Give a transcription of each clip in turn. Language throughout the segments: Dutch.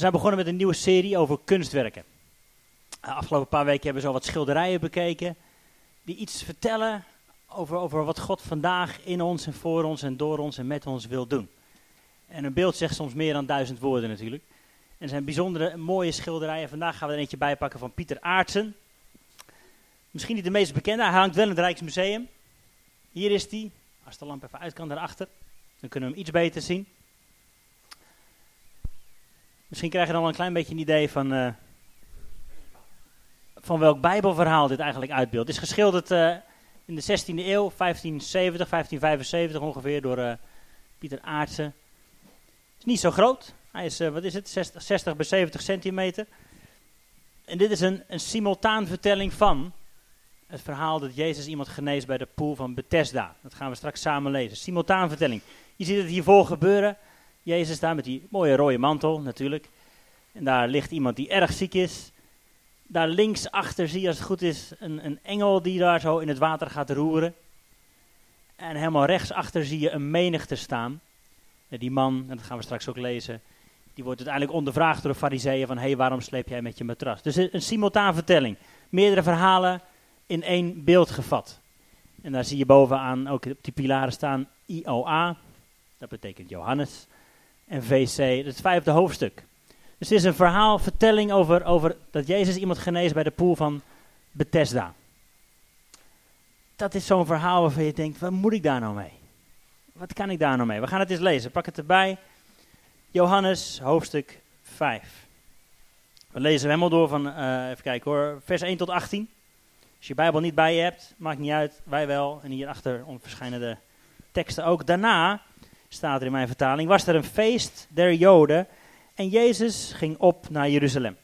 zijn begonnen met een nieuwe serie over kunstwerken. De afgelopen paar weken hebben we zo wat schilderijen bekeken, die iets vertellen over wat God vandaag in ons en voor ons en door ons en met ons wil doen. En een beeld zegt soms meer dan 1000 woorden natuurlijk. En er zijn bijzondere mooie schilderijen. Vandaag gaan we er eentje bijpakken van Pieter Aartsen. Misschien niet de meest bekende, hij hangt wel in het Rijksmuseum. Hier is hij, als de lamp even uit kan daarachter, dan kunnen we hem iets beter zien. Misschien krijg je dan wel een klein beetje een idee van welk Bijbelverhaal dit eigenlijk uitbeeldt. Het is geschilderd in de 16e eeuw, 1570, 1575 ongeveer, door Pieter Aartsen. Het is niet zo groot. Hij is, 60 bij 70 centimeter. En dit is een simultaanvertelling van het verhaal dat Jezus iemand geneest bij de poel van Bethesda. Dat gaan we straks samen lezen. Simultaanvertelling. Je ziet het hiervoor gebeuren. Jezus daar met die mooie rode mantel natuurlijk. En daar ligt iemand die erg ziek is. Daar linksachter zie je, als het goed is, een engel die daar zo in het water gaat roeren. En helemaal rechtsachter zie je een menigte staan. En die man, en dat gaan we straks ook lezen, die wordt uiteindelijk ondervraagd door de fariseeën van, hey, waarom sleep jij met je matras? Dus een simultaanvertelling. Meerdere verhalen in één beeld gevat. En daar zie je bovenaan ook op die pilaren staan IOA, dat betekent Johannes, en VC, dat is het 5e hoofdstuk. Dus het is een verhaal, vertelling over dat Jezus iemand geneest bij de poel van Bethesda. Dat is zo'n verhaal waarvan je denkt, wat moet ik daar nou mee? Wat kan ik daar nou mee? We gaan het eens lezen, pak het erbij. Johannes, hoofdstuk 5. We lezen helemaal door van, even kijken hoor, vers 1 tot 18. Als je Bijbel niet bij je hebt, maakt niet uit, wij wel. En hierachter verschijnen de teksten ook. Daarna, staat er in mijn vertaling, was er een feest der Joden en Jezus ging op naar Jeruzalem.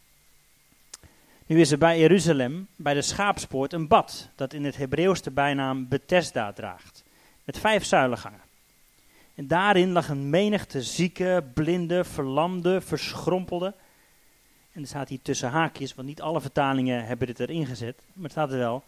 Nu is er bij Jeruzalem, bij de Schaapspoort, een bad dat in het Hebreeuws de bijnaam Bethesda draagt. Met 5 zuilengangen. En daarin lag een menigte zieke, blinde, verlamde, verschrompelde. En er staat hier tussen haakjes, want niet alle vertalingen hebben dit erin gezet, maar het staat er wel.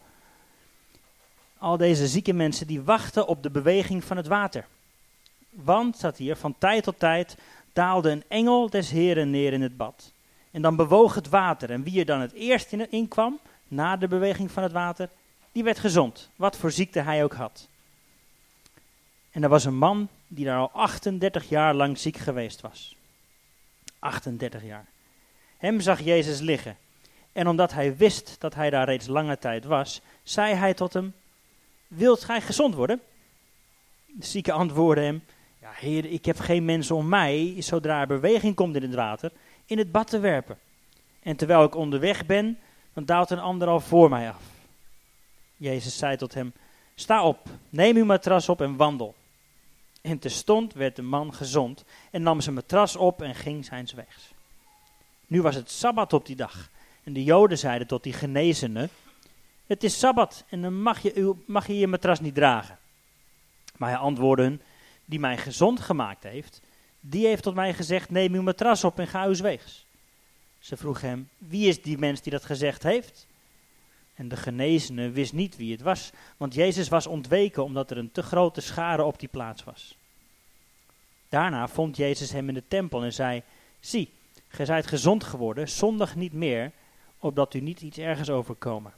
Al deze zieke mensen die wachten op de beweging van het water. Want, staat hier, van tijd tot tijd daalde een engel des Heren neer in het bad. En dan bewoog het water. En wie er dan het eerst in kwam, na de beweging van het water, die werd gezond. Wat voor ziekte hij ook had. En er was een man die daar al 38 jaar lang ziek geweest was. 38 jaar. Hem zag Jezus liggen. En omdat hij wist dat hij daar reeds lange tijd was, zei hij tot hem, wilt gij gezond worden? De zieke antwoordde hem, ja Heer, ik heb geen mensen om mij, zodra er beweging komt in het water, in het bad te werpen. En terwijl ik onderweg ben, dan daalt een ander al voor mij af. Jezus zei tot hem, sta op, neem uw matras op en wandel. En terstond werd de man gezond en nam zijn matras op en ging zijns wegs. Nu was het Sabbat op die dag. En de Joden zeiden tot die genezene, het is Sabbat en dan mag je je matras niet dragen. Maar hij antwoordde hun, die mij gezond gemaakt heeft, die heeft tot mij gezegd, neem uw matras op en ga uw weegs. Ze vroeg hem, wie is die mens die dat gezegd heeft? En de genezene wist niet wie het was, want Jezus was ontweken omdat er een te grote schare op die plaats was. Daarna vond Jezus hem in de tempel en zei, zie, gij zijt gezond geworden, zondig niet meer, opdat u niet iets ergers overkomen.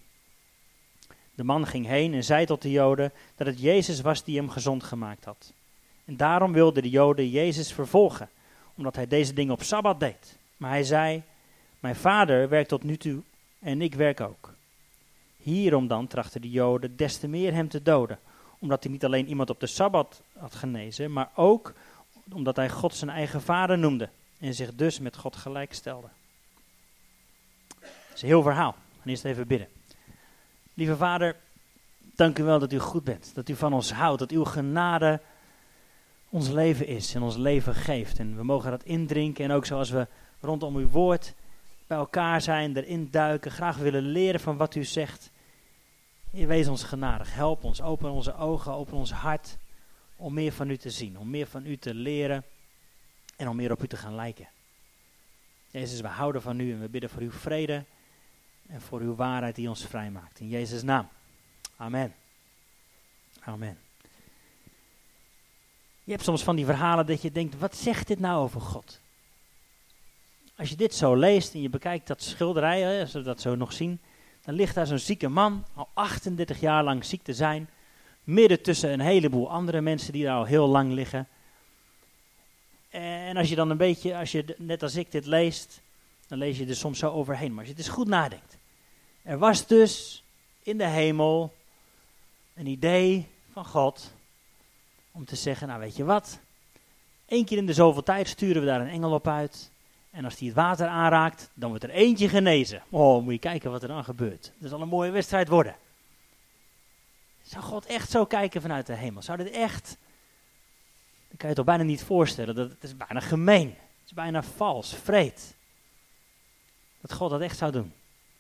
De man ging heen en zei tot de Joden dat het Jezus was die hem gezond gemaakt had. En daarom wilden de Joden Jezus vervolgen, omdat hij deze dingen op Sabbat deed. Maar hij zei, mijn vader werkt tot nu toe en ik werk ook. Hierom dan trachten de Joden des te meer hem te doden, omdat hij niet alleen iemand op de Sabbat had genezen, maar ook omdat hij God zijn eigen vader noemde en zich dus met God gelijk stelde. Dat is een heel verhaal. We gaan eerst even bidden. Lieve Vader, dank u wel dat u goed bent, dat u van ons houdt, dat uw genade ons leven is en ons leven geeft. En we mogen dat indrinken en ook zoals we rondom uw woord bij elkaar zijn, erin duiken, graag willen leren van wat u zegt. Heer, wees ons genadig, help ons, open onze ogen, open ons hart om meer van u te zien, om meer van u te leren en om meer op u te gaan lijken. Jezus, we houden van u en we bidden voor uw vrede en voor uw waarheid die ons vrijmaakt. In Jezus' naam. Amen. Amen. Je hebt soms van die verhalen dat je denkt, wat zegt dit nou over God? Als je dit zo leest en je bekijkt dat schilderij, als we dat zo nog zien, dan ligt daar zo'n zieke man, al 38 jaar lang ziek te zijn, midden tussen een heleboel andere mensen die daar al heel lang liggen. En als je dan een beetje, als je net als ik dit leest, dan lees je er soms zo overheen. Maar als je het eens goed nadenkt. Er was dus in de hemel een idee van God om te zeggen, nou weet je wat, 1 keer in de zoveel tijd sturen we daar een engel op uit. En als die het water aanraakt, dan wordt er eentje genezen. Oh, moet je kijken wat er dan gebeurt. Dat zal een mooie wedstrijd worden. Zou God echt zo kijken vanuit de hemel? Zou dit echt... Dan kan je het toch bijna niet voorstellen. Het is bijna gemeen. Het is bijna vals, vreed. Dat God dat echt zou doen.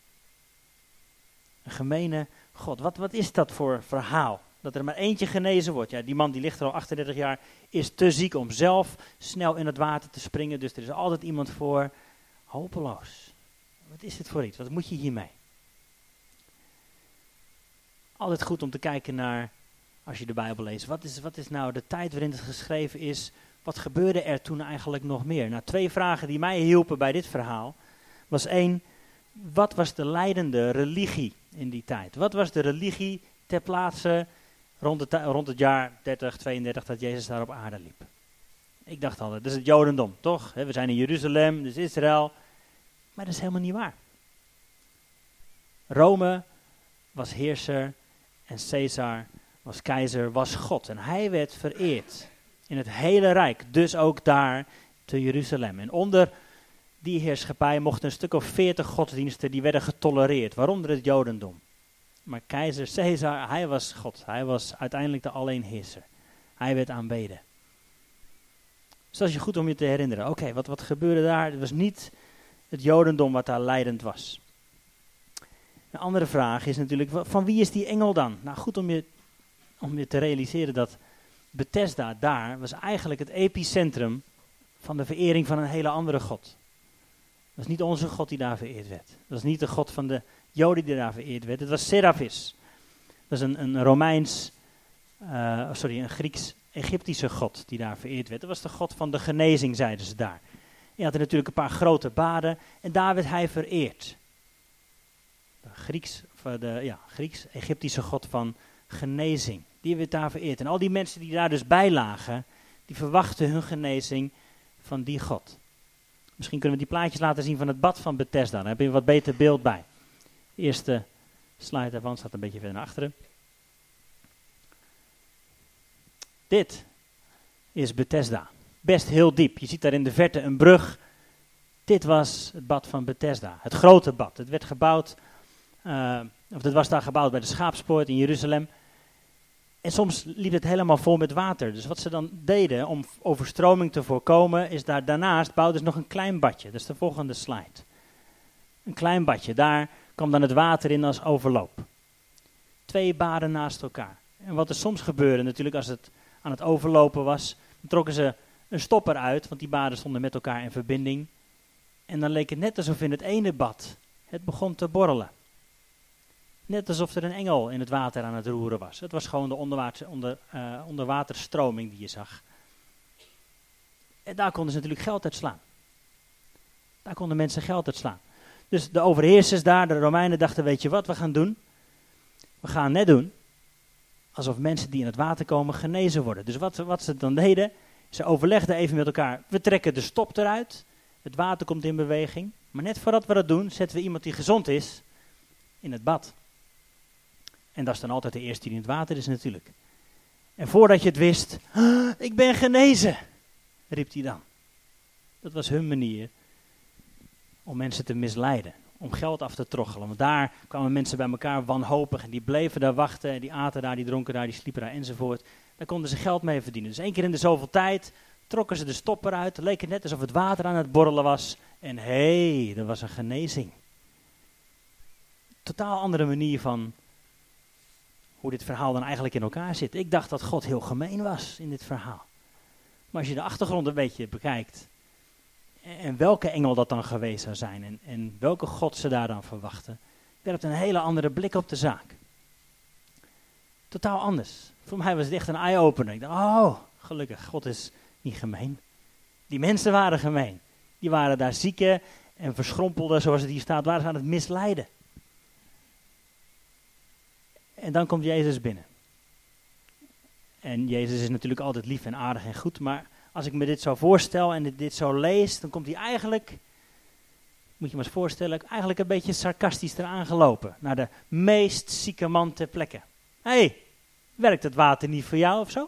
Een gemene God. Wat is dat voor verhaal? Dat er maar eentje genezen wordt. Ja, die man die ligt er al 38 jaar, is te ziek om zelf snel in het water te springen. Dus er is altijd iemand voor. Hopeloos. Wat is dit voor iets? Wat moet je hiermee? Altijd goed om te kijken naar, als je de Bijbel leest, wat is nou de tijd waarin het geschreven is? Wat gebeurde er toen eigenlijk nog meer? Nou, 2 vragen die mij hielpen bij dit verhaal. Was 1, wat was de leidende religie in die tijd? Wat was de religie ter plaatse rond het jaar 30, 32 dat Jezus daar op aarde liep? Ik dacht altijd, dat is het Jodendom, toch? We zijn in Jeruzalem, dus Israël. Maar dat is helemaal niet waar. Rome was heerser en Caesar was keizer, was God. En hij werd vereerd in het hele Rijk, dus ook daar te Jeruzalem. En onder die heerschappij mochten een stuk of 40 godsdiensten, die werden getolereerd, waaronder het Jodendom. Maar keizer Caesar, hij was God. Hij was uiteindelijk de alleenheerser. Hij werd aanbeden. Dus dat is goed om je te herinneren. Oké, wat gebeurde daar? Het was niet het Jodendom wat daar leidend was. Een andere vraag is natuurlijk, van wie is die engel dan? Nou, goed om je te realiseren dat Bethesda daar was eigenlijk het epicentrum van de verering van een hele andere God. Dat was niet onze God die daar vereerd werd. Dat was niet de God van de Joden die daar vereerd werd. Het was Seraphis. Dat is een Grieks-Egyptische God die daar vereerd werd. Dat was de God van de genezing, zeiden ze daar. Hij had er natuurlijk een paar grote baden en daar werd hij vereerd. De Grieks-Egyptische God van genezing. Die werd daar vereerd. En al die mensen die daar dus bij lagen, die verwachten hun genezing van die God. Misschien kunnen we die plaatjes laten zien van het bad van Bethesda. Daar heb je een wat beter beeld bij. De eerste slide daarvan staat een beetje verder naar achteren. Dit is Bethesda. Best heel diep. Je ziet daar in de verte een brug. Dit was het bad van Bethesda. Het grote bad. Het werd gebouwd, het was daar gebouwd bij de Schaapspoort in Jeruzalem. En soms liep het helemaal vol met water. Dus wat ze dan deden om overstroming te voorkomen, is daarnaast bouwden ze nog een klein badje. Dat is de volgende slide. Een klein badje. Daar kwam dan het water in als overloop. 2 baden naast elkaar. En wat er soms gebeurde natuurlijk als het aan het overlopen was, dan trokken ze een stopper uit, want die baden stonden met elkaar in verbinding. En dan leek het net alsof in het ene bad het begon te borrelen. Net alsof er een engel in het water aan het roeren was. Het was gewoon de onderwaterstroming die je zag. En daar konden ze natuurlijk geld uit slaan. Daar konden mensen geld uit slaan. Dus de overheersers daar, de Romeinen, dachten, weet je wat we gaan doen? We gaan net doen alsof mensen die in het water komen genezen worden. Dus wat ze dan deden, ze overlegden even met elkaar. We trekken de stop eruit. Het water komt in beweging. Maar net voordat we dat doen, zetten we iemand die gezond is in het bad. En dat is dan altijd de eerste die in het water is natuurlijk. En voordat je het wist, ik ben genezen, riep hij dan. Dat was hun manier om mensen te misleiden, om geld af te troggelen. Want daar kwamen mensen bij elkaar wanhopig en die bleven daar wachten. En die aten daar, die dronken daar, die sliepen daar enzovoort. Daar konden ze geld mee verdienen. Dus 1 keer in de zoveel tijd trokken ze de stopper uit. Het leek het net alsof het water aan het borrelen was. En er was een genezing. Totaal andere manier van hoe dit verhaal dan eigenlijk in elkaar zit. Ik dacht dat God heel gemeen was in dit verhaal. Maar als je de achtergrond een beetje bekijkt, en welke engel dat dan geweest zou zijn, en welke God ze daar dan verwachten, werpt een hele andere blik op de zaak. Totaal anders. Voor mij was het echt een eye-opener. Ik dacht, gelukkig, God is niet gemeen. Die mensen waren gemeen. Die waren daar zieken en verschrompelden, zoals het hier staat, waren ze aan het misleiden. En dan komt Jezus binnen. En Jezus is natuurlijk altijd lief en aardig en goed, maar als ik me dit zo voorstel en dit zo lees, dan komt hij eigenlijk, moet je me eens voorstellen, eigenlijk een beetje sarcastisch eraan gelopen. Naar de meest zieke man ter plekke. Hé, werkt het water niet voor jou of zo?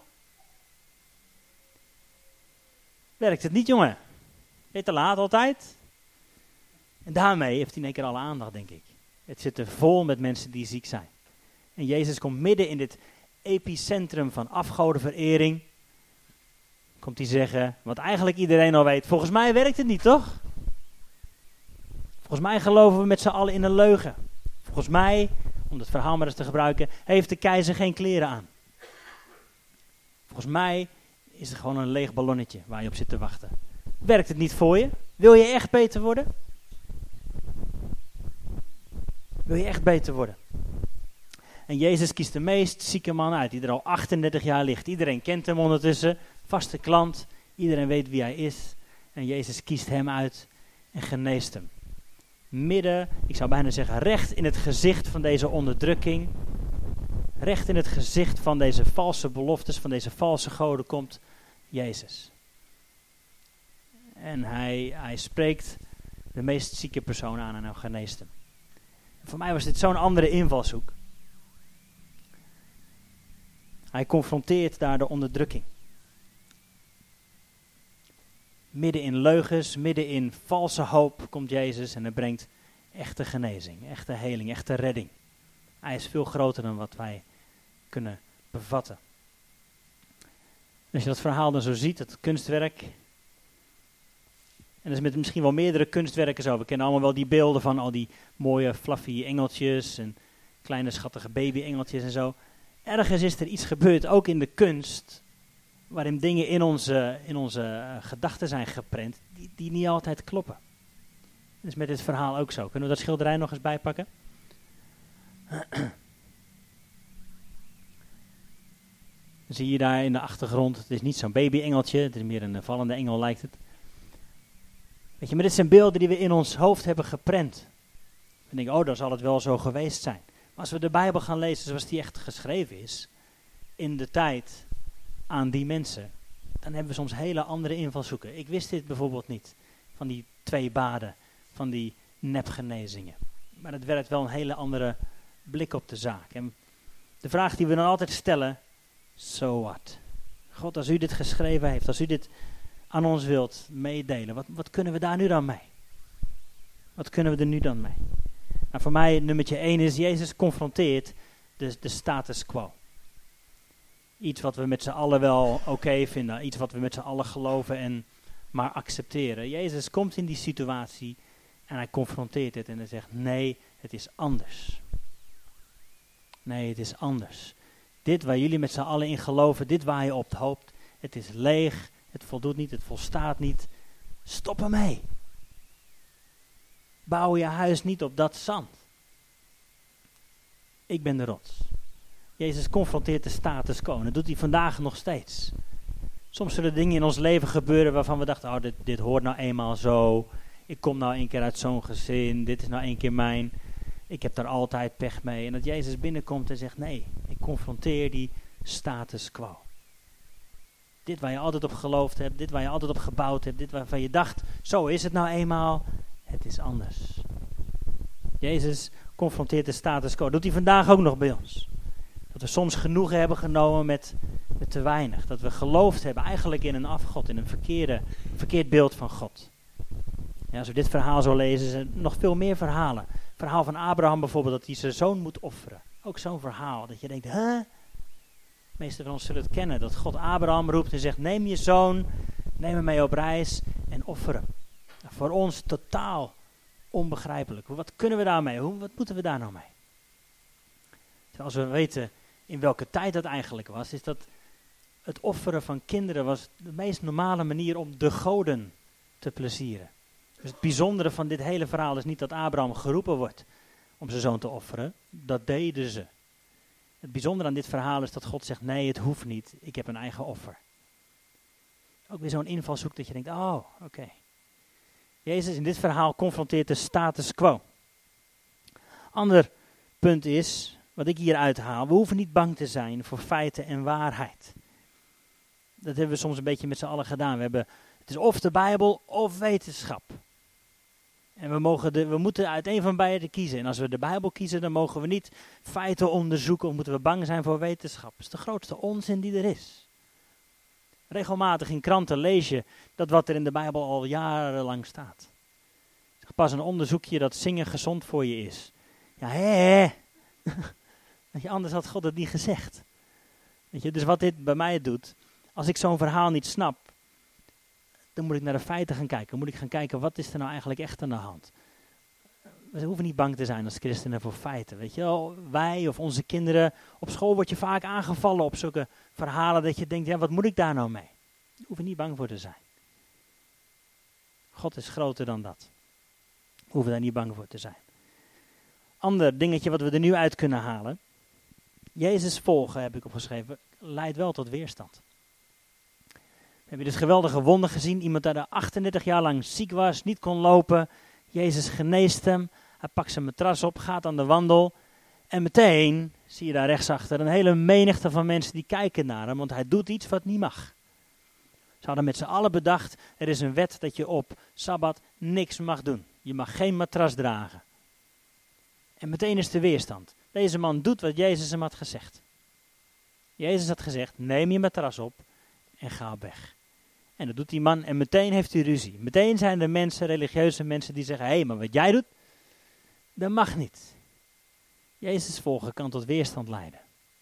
Werkt het niet, jongen? Ben je te laat altijd? En daarmee heeft hij in één keer alle aandacht, denk ik. Het zit er vol met mensen die ziek zijn. En Jezus komt midden in dit epicentrum van afgodenverering. Komt hij zeggen, wat eigenlijk iedereen al weet, volgens mij werkt het niet, toch? Volgens mij geloven we met z'n allen in een leugen. Volgens mij, om het verhaal maar eens te gebruiken, heeft de keizer geen kleren aan. Volgens mij is het gewoon een leeg ballonnetje waar je op zit te wachten. Werkt het niet voor je? Wil je echt beter worden? Wil je echt beter worden? En Jezus kiest de meest zieke man uit, die er al 38 jaar ligt. Iedereen kent hem ondertussen, vaste klant. Iedereen weet wie hij is. En Jezus kiest hem uit en geneest hem. Midden, ik zou bijna zeggen, recht in het gezicht van deze onderdrukking. Recht in het gezicht van deze valse beloftes, van deze valse goden komt Jezus. En hij spreekt de meest zieke persoon aan en hij geneest hem. En voor mij was dit zo'n andere invalshoek. Hij confronteert daar de onderdrukking. Midden in leugens, midden in valse hoop komt Jezus en hij brengt echte genezing, echte heling, echte redding. Hij is veel groter dan wat wij kunnen bevatten. Als je dat verhaal dan zo ziet, het kunstwerk. En er is met misschien wel meerdere kunstwerken zo. We kennen allemaal wel die beelden van al die mooie fluffy engeltjes en kleine schattige baby-engeltjes en zo. Ergens is er iets gebeurd, ook in de kunst, waarin dingen in onze gedachten zijn geprent, die niet altijd kloppen. Dat is met dit verhaal ook zo. Kunnen we dat schilderij nog eens bijpakken? Dan zie je daar in de achtergrond, het is niet zo'n baby-engeltje, het is meer een vallende engel lijkt het. Weet je, maar dit zijn beelden die we in ons hoofd hebben geprent. We denken, oh, dan zal het wel zo geweest zijn. Maar als we de Bijbel gaan lezen zoals die echt geschreven is, in de tijd aan die mensen, dan hebben we soms hele andere invalshoeken. Ik wist dit bijvoorbeeld niet, van die 2 baden, van die nepgenezingen. Maar het werpt wel een hele andere blik op de zaak. En de vraag die we dan altijd stellen, so what? God, als u dit geschreven heeft, als u dit aan ons wilt meedelen, wat kunnen we daar nu dan mee? Wat kunnen we er nu dan mee? Nou, voor mij nummertje 1 is, Jezus confronteert de status quo. Iets wat we met z'n allen wel oké vinden, iets wat we met z'n allen geloven en maar accepteren. Jezus komt in die situatie en hij confronteert het en hij zegt, nee, het is anders. Nee, het is anders. Dit waar jullie met z'n allen in geloven, dit waar je op hoopt, het is leeg, het voldoet niet, het volstaat niet. Stop ermee. Bouw je huis niet op dat zand. Ik ben de rots. Jezus confronteert de status quo en dat doet hij vandaag nog steeds. Soms zullen dingen in ons leven gebeuren waarvan we dachten, oh, dit hoort nou eenmaal zo. Ik kom nou een keer uit zo'n gezin, dit is nou een keer mijn. Ik heb daar altijd pech mee. En dat Jezus binnenkomt en zegt, nee, ik confronteer die status quo. Dit waar je altijd op geloofd hebt, dit waar je altijd op gebouwd hebt, dit waarvan je dacht, zo is het nou eenmaal, het is anders. Jezus confronteert de status quo. Dat doet hij vandaag ook nog bij ons. Dat we soms genoegen hebben genomen met te weinig. Dat we geloofd hebben eigenlijk in een afgod, in een verkeerd beeld van God. Ja, als we dit verhaal zo lezen, zijn er nog veel meer verhalen. Het verhaal van Abraham bijvoorbeeld, dat hij zijn zoon moet offeren. Ook zo'n verhaal, dat je denkt, huh? De meesten van ons zullen het kennen, dat God Abraham roept en zegt, neem je zoon, neem hem mee op reis en offer hem. Voor ons totaal onbegrijpelijk. Wat kunnen we daarmee? Wat moeten we daar nou mee? Terwijl als we weten in welke tijd dat eigenlijk was, is dat het offeren van kinderen was de meest normale manier om de goden te plezieren. Dus het bijzondere van dit hele verhaal is niet dat Abraham geroepen wordt om zijn zoon te offeren. Dat deden ze. Het bijzondere aan dit verhaal is dat God zegt, nee, het hoeft niet. Ik heb een eigen offer. Ook weer zo'n invalshoek dat je denkt, oh, oké. Jezus in dit verhaal confronteert de status quo. Ander punt is, wat ik hier uithaal, we hoeven niet bang te zijn voor feiten en waarheid. Dat hebben we soms een beetje met z'n allen gedaan. Het is of de Bijbel of wetenschap. En we moeten uit een van beide kiezen. En als we de Bijbel kiezen, dan mogen we niet feiten onderzoeken of moeten we bang zijn voor wetenschap. Dat is de grootste onzin die er is. Regelmatig in kranten lees je dat wat er in de Bijbel al jarenlang staat. Pas een onderzoekje dat zingen gezond voor je is. Ja, Want anders had God het niet gezegd. Weet je, dus wat dit bij mij doet, als ik zo'n verhaal niet snap, dan moet ik naar de feiten gaan kijken. Dan moet ik gaan kijken, wat is er nou eigenlijk echt aan de hand? We hoeven niet bang te zijn als christenen voor feiten. Weet je wel, wij of onze kinderen, op school word je vaak aangevallen op zulke verhalen dat je denkt, ja, wat moet ik daar nou mee? Daar hoeven niet bang voor te zijn. God is groter dan dat. We hoeven daar niet bang voor te zijn. Ander dingetje wat we er nu uit kunnen halen. Jezus volgen, heb ik opgeschreven, leidt wel tot weerstand. We hebben dit geweldige wonder gezien. Iemand dat er 38 jaar lang ziek was, niet kon lopen. Jezus geneest hem. Hij pakt zijn matras op, gaat aan de wandel. En meteen zie je daar rechtsachter een hele menigte van mensen die kijken naar hem. Want hij doet iets wat niet mag. Ze hadden met z'n allen bedacht, er is een wet dat je op Sabbat niks mag doen. Je mag geen matras dragen. En meteen is de weerstand. Deze man doet wat Jezus hem had gezegd. Jezus had gezegd, neem je matras op en ga op weg. En dat doet die man en meteen heeft hij ruzie. Meteen zijn er mensen, religieuze mensen, die zeggen, hé, maar wat jij doet, dat mag niet. Jezus volgen kan tot weerstand leiden.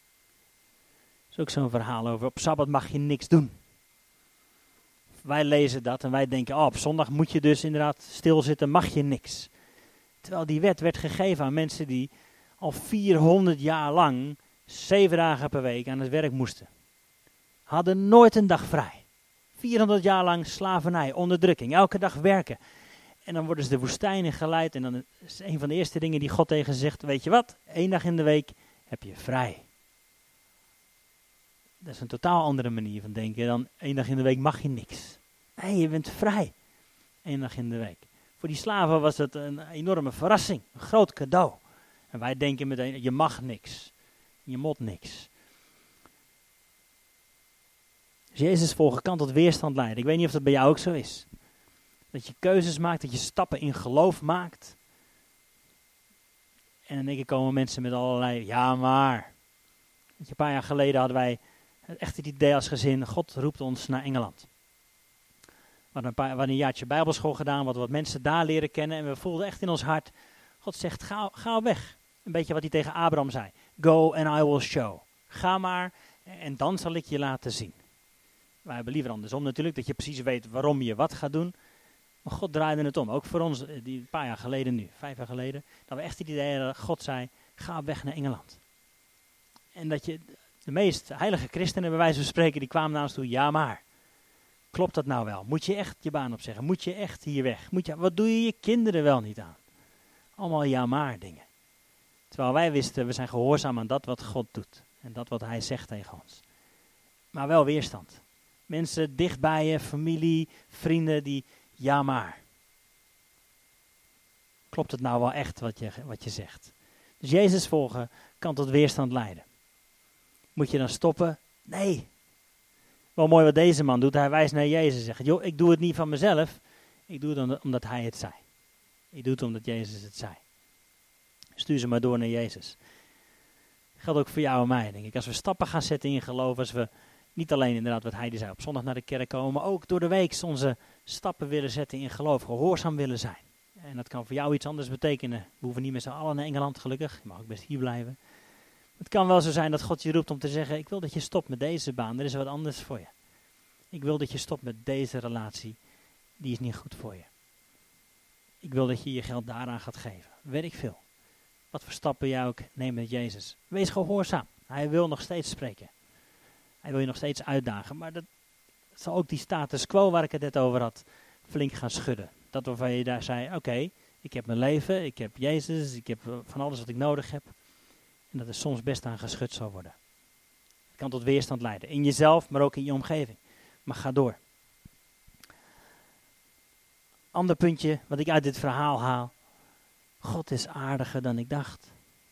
Er is ook zo'n verhaal over, op Sabbat mag je niks doen. Wij lezen dat en wij denken, op zondag moet je dus inderdaad stilzitten, mag je niks. Terwijl die wet werd gegeven aan mensen die al 400 jaar lang 7 dagen per week aan het werk moesten. Hadden nooit een dag vrij. 400 jaar lang slavernij, onderdrukking, elke dag werken. En dan worden ze de woestijn in geleid en dan is een van de eerste dingen die God tegen ze zegt, weet je wat, 1 dag in de week heb je vrij. Dat is een totaal andere manier van denken dan 1 dag in de week mag je niks. Nee, je bent vrij. 1 dag in de week. Voor die slaven was dat een enorme verrassing, een groot cadeau. En wij denken meteen, je mag niks, je moet niks. Dus Jezus volgen kan tot weerstand leiden. Ik weet niet of dat bij jou ook zo is. Dat je keuzes maakt, dat je stappen in geloof maakt. En in één keer komen mensen met allerlei, ja maar. Weet je, een paar jaar geleden hadden wij echt het idee als gezin, God roept ons naar Engeland. We hadden een jaartje bijbelschool gedaan, wat mensen daar leren kennen. En we voelden echt in ons hart, God zegt, ga weg. Een beetje wat hij tegen Abraham zei. Go and I will show. Ga maar en dan zal ik je laten zien. Wij hebben liever andersom natuurlijk, dat je precies weet waarom je wat gaat doen. Maar God draaide het om. Ook voor ons, een paar jaar geleden nu, 5 jaar geleden. Dat we echt het idee hadden, God zei, ga weg naar Engeland. En dat je, de meest heilige christenen bij wijze van spreken, die kwamen naar ons toe, ja maar. Klopt dat nou wel? Moet je echt je baan opzeggen? Moet je echt hier weg? Wat doe je kinderen wel niet aan? Allemaal ja maar dingen. Terwijl wij wisten, we zijn gehoorzaam aan dat wat God doet. En dat wat hij zegt tegen ons. Maar wel weerstand. Mensen dichtbij je, familie, vrienden die, ja maar. Klopt het nou wel echt wat je zegt? Dus Jezus volgen kan tot weerstand leiden. Moet je dan stoppen? Nee. Wel mooi wat deze man doet. Hij wijst naar Jezus en zegt, joh, ik doe het niet van mezelf. Ik doe het omdat hij het zei. Ik doe het omdat Jezus het zei. Stuur ze maar door naar Jezus. Dat geldt ook voor jou en mij, denk ik. Als we stappen gaan zetten in geloof, als we niet alleen inderdaad wat hij zei, op zondag naar de kerk komen, maar ook door de week onze stappen willen zetten in geloof, gehoorzaam willen zijn. En dat kan voor jou iets anders betekenen. We hoeven niet met z'n allen naar Engeland, gelukkig. Je mag ook best hier blijven. Het kan wel zo zijn dat God je roept om te zeggen, ik wil dat je stopt met deze baan, er is wat anders voor je. Ik wil dat je stopt met deze relatie, die is niet goed voor je. Ik wil dat je je geld daaraan gaat geven. Weet ik veel. Wat voor stappen jij ook neemt met Jezus. Wees gehoorzaam. Hij wil nog steeds spreken. Hij wil je nog steeds uitdagen. Maar dat zal ook die status quo waar ik het net over had, flink gaan schudden. Dat waarvan je daar zei, oké, ik heb mijn leven, ik heb Jezus, ik heb van alles wat ik nodig heb. En dat er soms best aan geschud zal worden. Het kan tot weerstand leiden. In jezelf, maar ook in je omgeving. Maar ga door. Ander puntje wat ik uit dit verhaal haal. God is aardiger dan ik dacht.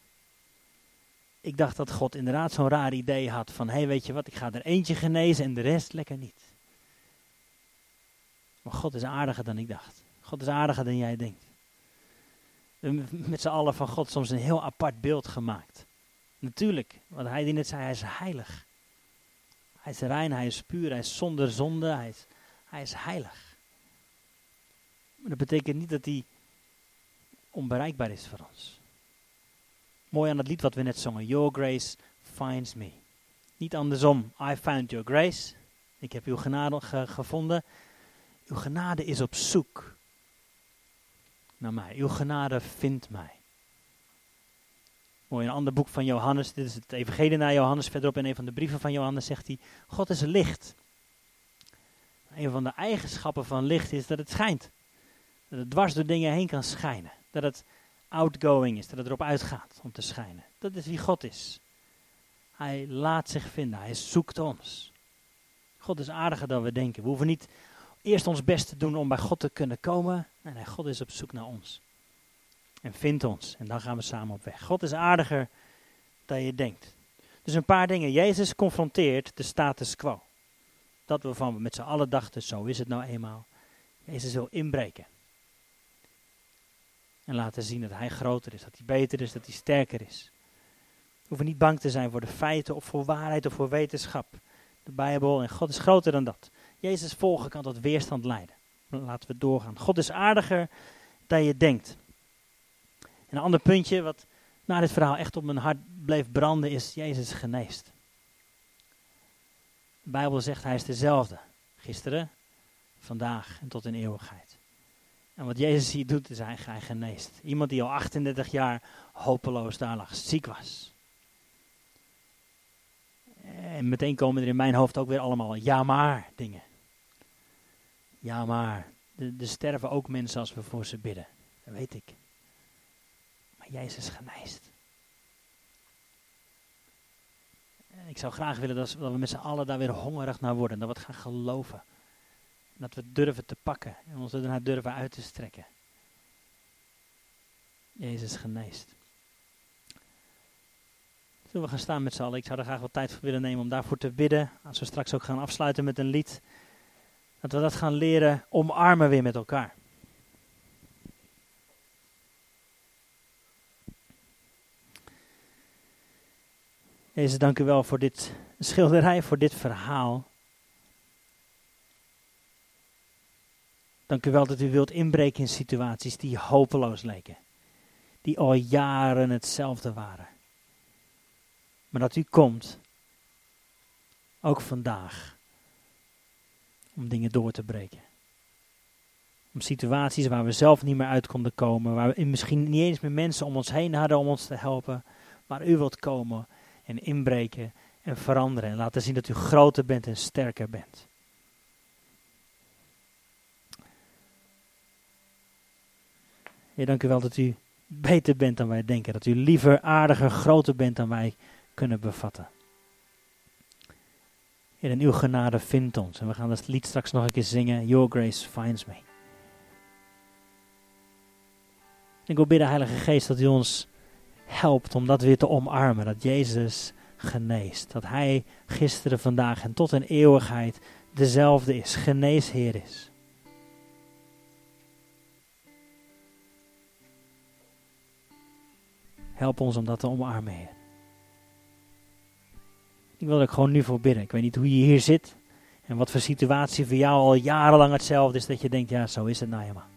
Ik dacht dat God inderdaad zo'n raar idee had van, hé, weet je wat, ik ga er eentje genezen en de rest lekker niet. Maar God is aardiger dan ik dacht. God is aardiger dan jij denkt. We hebben met z'n allen van God soms een heel apart beeld gemaakt. Natuurlijk, wat hij die net zei, hij is heilig. Hij is rein, hij is puur, hij is zonder zonde, hij is heilig. Maar dat betekent niet dat hij onbereikbaar is voor ons. Mooi aan het lied wat we net zongen. Your grace finds me. Niet andersom. I found your grace. Ik heb uw genade gevonden. Uw genade is op zoek naar mij. Uw genade vindt mij. Mooi, een ander boek van Johannes. Dit is het evangelie naar Johannes. Verderop in een van de brieven van Johannes zegt hij, God is licht. Een van de eigenschappen van licht is dat het schijnt. Dat het dwars door dingen heen kan schijnen. Dat het outgoing is, dat het erop uitgaat om te schijnen. Dat is wie God is. Hij laat zich vinden, hij zoekt ons. God is aardiger dan we denken. We hoeven niet eerst ons best te doen om bij God te kunnen komen. Nee, God is op zoek naar ons. En vindt ons. En dan gaan we samen op weg. God is aardiger dan je denkt. Dus een paar dingen. Jezus confronteert de status quo. Dat waarvan we met z'n allen dachten, zo is het nou eenmaal. Jezus wil inbreken. En laten zien dat hij groter is, dat hij beter is, dat hij sterker is. We hoeven niet bang te zijn voor de feiten of voor waarheid of voor wetenschap. De Bijbel en God is groter dan dat. Jezus volgen kan tot weerstand leiden. Laten we doorgaan. God is aardiger dan je denkt. En een ander puntje wat na dit verhaal echt op mijn hart bleef branden is Jezus geneest. De Bijbel zegt hij is dezelfde. Gisteren, vandaag en tot in eeuwigheid. En wat Jezus hier doet is hij geneest. Iemand die al 38 jaar hopeloos daar lag, ziek was. En meteen komen er in mijn hoofd ook weer allemaal ja maar dingen. Ja maar, er sterven ook mensen als we voor ze bidden. Dat weet ik. Maar Jezus geneest. En ik zou graag willen dat we met z'n allen daar weer hongerig naar worden. Dat we het gaan geloven. Dat we het durven te pakken en ons ernaar durven uit te strekken. Jezus geneest. Zullen we gaan staan met z'n allen? Ik zou er graag wat tijd voor willen nemen om daarvoor te bidden. Als we straks ook gaan afsluiten met een lied. Dat we dat gaan leren omarmen weer met elkaar. Jezus, dank u wel voor dit schilderij, voor dit verhaal. Dank u wel dat u wilt inbreken in situaties die hopeloos leken. Die al jaren hetzelfde waren. Maar dat u komt, ook vandaag, om dingen door te breken. Om situaties waar we zelf niet meer uit konden komen, waar we misschien niet eens meer mensen om ons heen hadden om ons te helpen. Maar u wilt komen en inbreken en veranderen en laten zien dat u groter bent en sterker bent. Heer, dank u wel dat u beter bent dan wij denken. Dat u liever, aardiger, groter bent dan wij kunnen bevatten. Heer, en uw genade vindt ons. En we gaan dat lied straks nog een keer zingen. Your grace finds me. Ik wil bidden, Heilige Geest, dat u ons helpt om dat weer te omarmen. Dat Jezus geneest. Dat hij gisteren, vandaag en tot in eeuwigheid dezelfde is. Geneesheer is. Help ons om dat te omarmen, Heer. Ik wil er ook gewoon nu voor bidden. Ik weet niet hoe je hier zit. En wat voor situatie voor jou al jarenlang hetzelfde is. Dat je denkt, ja, zo is het nou helemaal.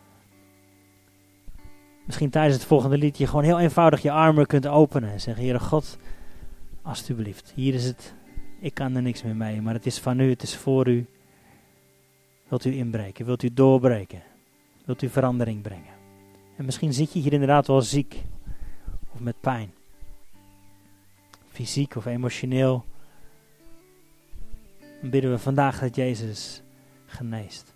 Misschien tijdens het volgende lied je gewoon heel eenvoudig je armen kunt openen. En zeggen, Heere God, alstublieft. Hier is het. Ik kan er niks meer mee. Maar het is van u. Het is voor u. Wilt u inbreken? Wilt u doorbreken? Wilt u verandering brengen? En misschien zit je hier inderdaad wel ziek. Of met pijn. Fysiek of emotioneel. Dan bidden we vandaag dat Jezus geneest.